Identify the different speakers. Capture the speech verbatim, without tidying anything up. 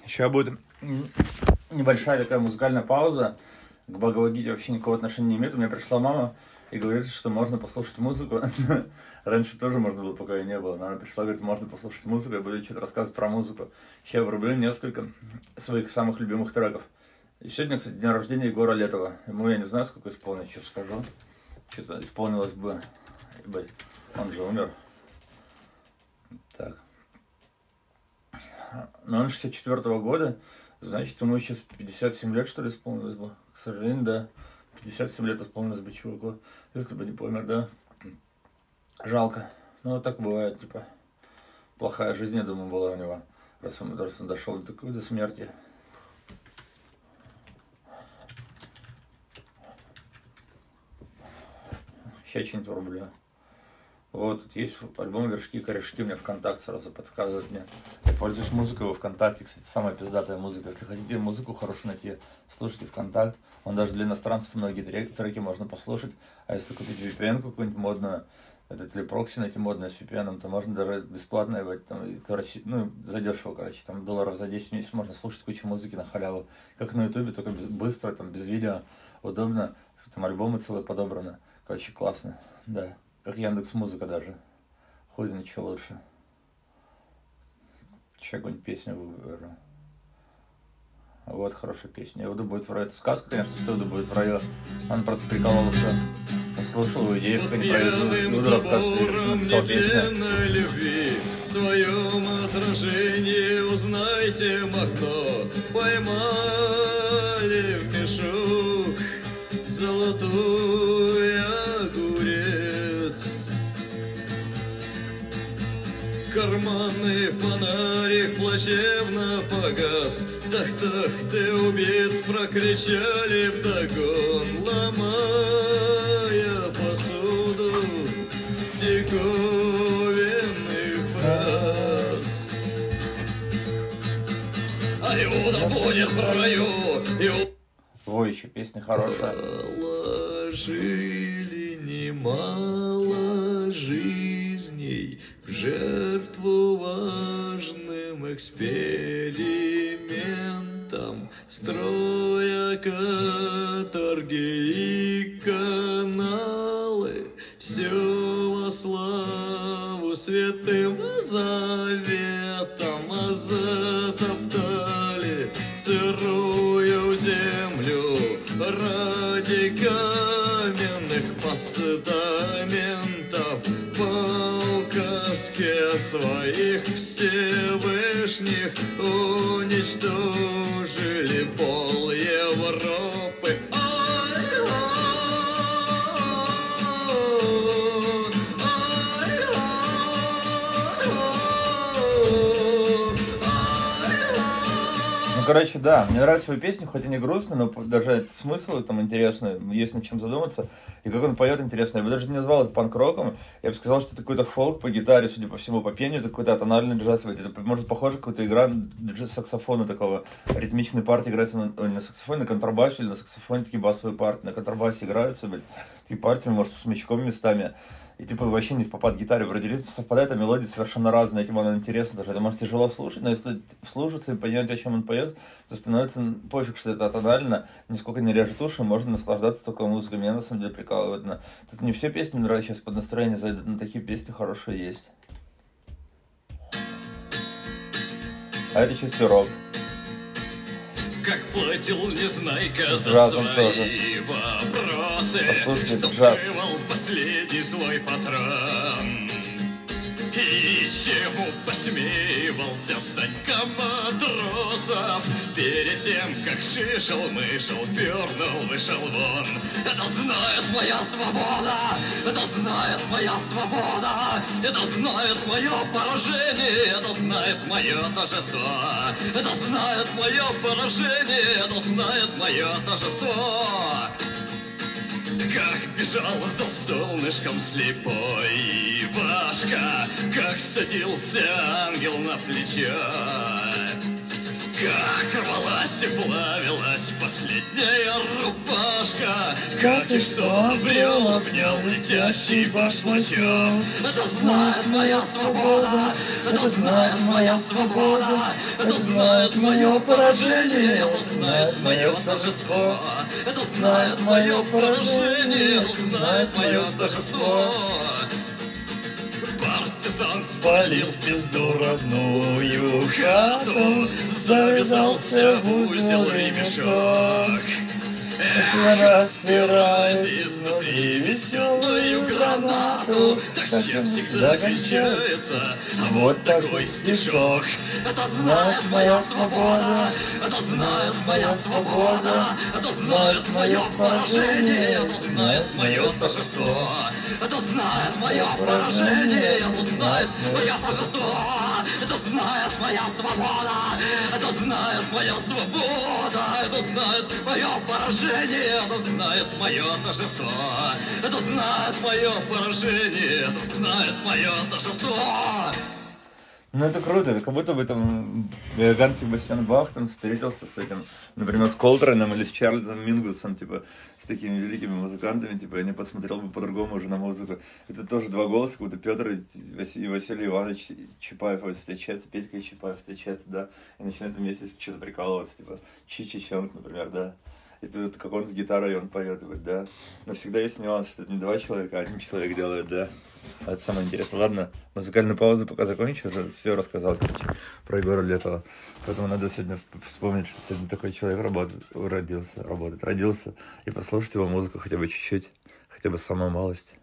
Speaker 1: Сейчас будет небольшая такая музыкальная пауза. К Бхагавад-гите вообще никакого отношения не имеет. У меня пришла мама и говорит, что можно послушать музыку. Раньше тоже можно было, пока ее не было. Но она пришла, говорит, можно послушать музыку, я буду что-то рассказывать про музыку. Сейчас я врублю несколько своих самых любимых треков. И сегодня, кстати, день рождения Егора Летова. Ему я не знаю, сколько исполнилось, сейчас скажу. Что-то исполнилось бы. Он же умер. Так. Но он шестьдесят четвёртого года, значит, ему сейчас пятьдесят семь лет, что ли, исполнилось бы. К сожалению, да. пятьдесят семь лет исполнилось бы чуваку, если бы не помер, да. Жалко. Ну, вот так бывает, типа. Плохая жизнь, я думаю, была у него, раз он, раз он дошел до, до смерти. Сейчас что-нибудь врублю. Вот, тут есть альбом «Вершки и корешки», у меня ВКонтакте сразу подсказывает мне. Я пользуюсь музыкой во ВКонтакте, кстати, самая пиздатая музыка. Если хотите музыку хорошую найти, слушайте ВКонтакт. Он даже для иностранцев многие треки, треки можно послушать. А если купить ви пи эн какую-нибудь модную, это или прокси найти модное с ви пи эн, то можно даже бесплатно, там, ну, задешево, короче, там долларов за десять в месяц можно слушать кучу музыки на халяву. Как на ютубе, только без, быстро, там, без видео, удобно. Там альбомы целые подобраны. Короче, классно, да. Как Яндекс.Музыка даже. Хуй знает, что лучше. Сейчас какую-нибудь песню выберу. Вот, хорошая песня. «Иуда будет в раю». Это сказка, конечно, что «Иуда будет в раю». Он просто прикололся. Послушал идею, как они про Иуду рассказывают, и решил, написал песню.
Speaker 2: В своем отражении узнайте махно. Поймали в мешок золотой огурец. Карманный фонарик плачевно погас. Тах-тах, ты убит, прокричали вдогон, ломая посуду диковинных фраз. А Иуда будет в раю.
Speaker 1: Ой, еще песня хорошая.
Speaker 2: Положили немало жизней в жертву важным экспериментам, строя каторги и каналы, все во славу святым заветам, а затоптали сырую землю ради каменных постаментов. По указке своих Всевышних уничтожили пол Европы.
Speaker 1: Короче, да, мне нравятся его песни, хоть и не грустно, но даже этот смысл там интересный, есть над чем задуматься. И как он поет интересно. Я бы даже не назвал это панк-роком, я бы сказал, что это какой-то фолк по гитаре, судя по всему, по пению, это какой-то атональный джаз. Это, может, похоже, какая-то игра джаз-саксофона такого, ритмичной партии играется на, на саксофоне, на контрабасе или на саксофоне, такие басовые партии, на контрабасе играются, блядь, такие партии, может, с смычком местами. И типа вообще не в попад гитаре, вроде ритм совпадает, а мелодии совершенно разные, этим она интересна даже. Это может тяжело слушать, но если вслушаться и понять, о чем он поет, то становится пофиг, что это атонально, нисколько не режет уши, можно наслаждаться только музыкой. Меня на самом деле прикалывает. Но тут не все песни нравятся, сейчас под настроение зайдут, но такие песни хорошие есть. А это чистый рок.
Speaker 2: Как платил Незнайка за свои вопросы, что скрывал последний свой патрон. И чему посмеивался Санька Матросов перед тем, как шишел-мышел, пернул, вышел вон. Это знает моя свобода, это знает моя свобода, это знает мое поражение, это знает мое торжество, это знает мое поражение, это знает мое торжество. Как бежал за солнышком слепой Ивашка, как садился ангел на плечо, Как рвалась и плавилась последняя рубашка, как и что обрел, обнял летящий башлачок. Это знает моя свобода, это знает моя свобода, это знает мое поражение, это знает мое торжество, это знает мое поражение, это знает мое торжество. Партизан спалил в пизду родную хату, завязался в узел ремешок. Эх, распирает изнутри веселую гранату. Так чем всегда кончается вот такой стишок. Это знает моя свобода, это знает моя свобода, это знает мое поражение, это знает мое торжество. Это знает мое поражение, это знает мое торжество. Это знает моя свобода, это знает моя свобода, это знает мое поражение, это знает мое торжество. Это знает мое поражение, это знает мое торжество.
Speaker 1: Ну это круто, это как будто бы там Ганн Себастьян Бах там встретился с этим, например, с Колтроном или с Чарльзом Мингусом, типа, с такими великими музыкантами, типа, я не посмотрел бы по-другому уже на музыку. Это тоже два голоса, как будто Петр и Василий Иванович Чапаев встречаются, Петька и Чапаев встречаются, да, и начинают вместе что-то прикалываться, типа, Чи-Чи-Чонг, например, да. И тут как он с гитарой, он поет, да. Но всегда есть нюанс, что это не два человека, а один человек делает, да. Это самое интересное. Ладно, музыкальную паузу пока закончу, уже все рассказал, короче, про Егора Летова. Поэтому надо сегодня вспомнить, что сегодня такой человек работает, родился, работает, родился, и послушать его музыку хотя бы чуть-чуть, хотя бы самую малость.